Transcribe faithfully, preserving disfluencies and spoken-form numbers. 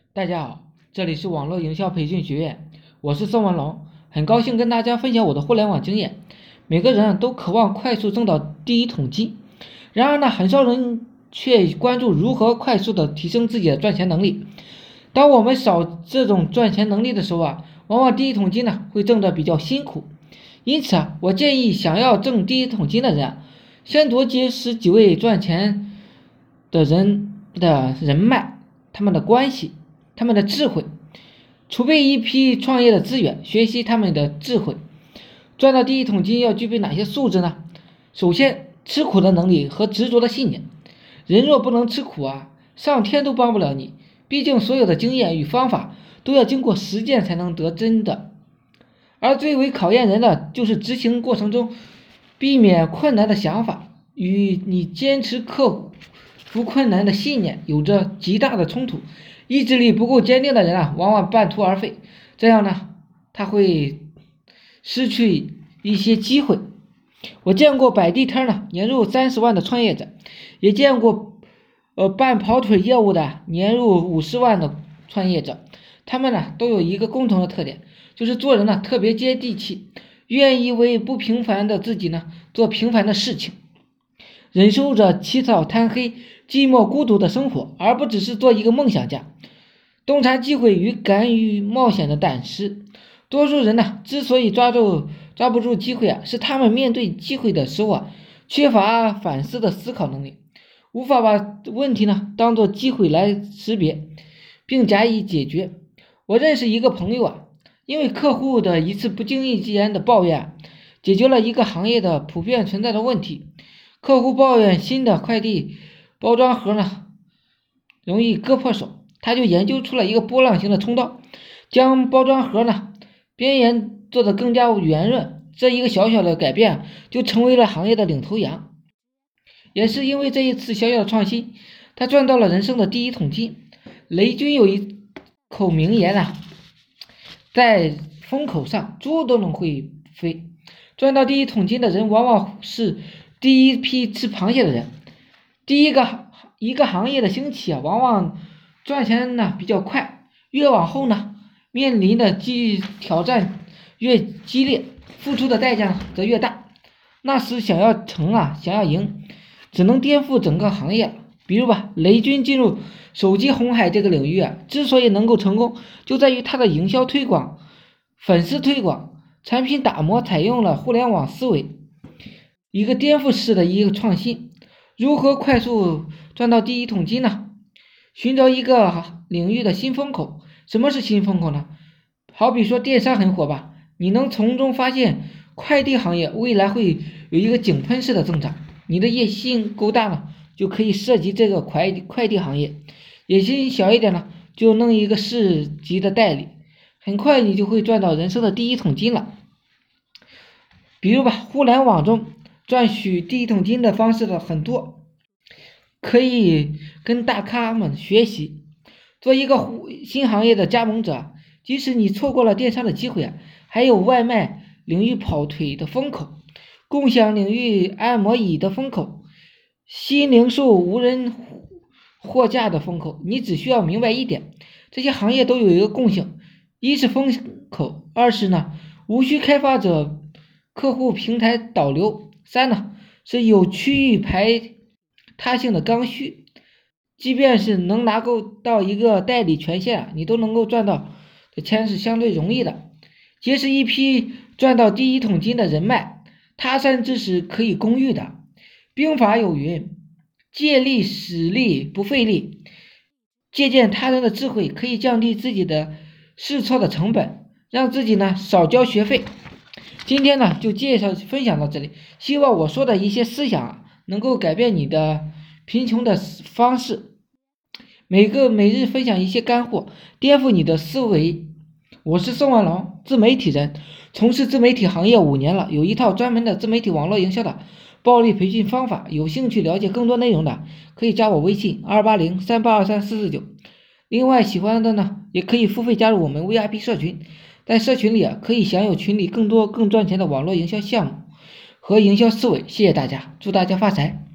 大家好，这里是网络营销培训学院，我是宋文龙，很高兴跟大家分享我的互联网经验。每个人都渴望快速挣到第一桶金，然而呢，很少人却关注如何快速的提升自己的赚钱能力。当我们少这种赚钱能力的时候啊，往往第一桶金呢会挣得比较辛苦。因此啊，我建议想要挣第一桶金的人啊，先多结识几位赚钱的人的人脉，他们的关系。他们的智慧，储备一批创业的资源，学习他们的智慧。赚到第一桶金要具备哪些素质呢？首先，吃苦的能力和执着的信念。人若不能吃苦啊，上天都帮不了你。毕竟所有的经验与方法都要经过实践才能得真的。而最为考验人的就是执行过程中避免困难的想法，与你坚持克服困难的信念有着极大的冲突。意志力不够坚定的人啊，往往半途而废，这样呢，他会失去一些机会。我见过摆地摊呢，年入三十万的创业者，也见过呃办跑腿业务的年入五十万的创业者，他们呢都有一个共同的特点，就是做人呢特别接地气，愿意为不平凡的自己呢做平凡的事情，忍受着起早贪黑、寂寞孤独的生活，而不只是做一个梦想家。洞察机会与敢于冒险的胆识。多数人呢，之所以抓住抓不住机会啊，是他们面对机会的时候啊，缺乏反思的思考能力，无法把问题呢当做机会来识别，并加以解决。我认识一个朋友啊，因为客户的一次不经意间的抱怨，解决了一个行业的普遍存在的问题。客户抱怨新的快递包装盒呢容易割破手，他就研究出了一个波浪形的冲刀，将包装盒呢边缘做得更加圆润。这一个小小的改变就成为了行业的领头羊。也是因为这一次小小的创新，他赚到了人生的第一桶金。雷军有一口名言啊，在风口上猪都能会飞。赚到第一桶金的人往往是第一批吃螃蟹的人。第一个一个行业的兴起啊，往往赚钱呢比较快，越往后呢，面临的激挑战越激烈，付出的代价则越大。那时想要成啊，想要赢，只能颠覆整个行业了。比如吧，雷军进入手机红海这个领域啊，之所以能够成功，就在于他的营销推广、粉丝推广、产品打磨采用了互联网思维，一个颠覆式的一个创新。如何快速赚到第一桶金呢？寻找一个领域的新风口。什么是新风口呢？好比说电商很火吧，你能从中发现快递行业未来会有一个井喷式的增长。你的野心够大呢，就可以涉及这个快递快递行业；野心小一点呢，就弄一个市级的代理，很快你就会赚到人生的第一桶金了。比如吧，互联网中赚取第一桶金的方式的很多，可以跟大咖们学习。做一个新行业的加盟者，即使你错过了电商的机会啊，还有外卖领域跑腿的风口，共享领域按摩椅的风口，新零售无人货架的风口。你只需要明白一点，这些行业都有一个共性，一是风口，二是呢无需开发者客户平台导流，三呢是有区域排他性的刚需。即便是能拿够到一个代理权限，你都能够赚到的钱是相对容易的。结识一批赚到第一桶金的人脉，他山之石可以攻玉的。兵法有云，借力使力不费力。借鉴他人的智慧，可以降低自己的试错的成本，让自己呢少交学费。今天呢就介绍分享到这里，希望我说的一些思想能够改变你的贫穷的方式。每个每日分享一些干货，颠覆你的思维。我是宋万龙，自媒体人，从事自媒体行业五年了，有一套专门的自媒体网络营销的暴力培训方法。有兴趣了解更多内容的，可以加我微信二八零三八二三四四九。另外喜欢的呢，也可以付费加入我们 V I P 社群，在社群里啊，可以享有群里更多更赚钱的网络营销项目和营销思维。谢谢大家，祝大家发财。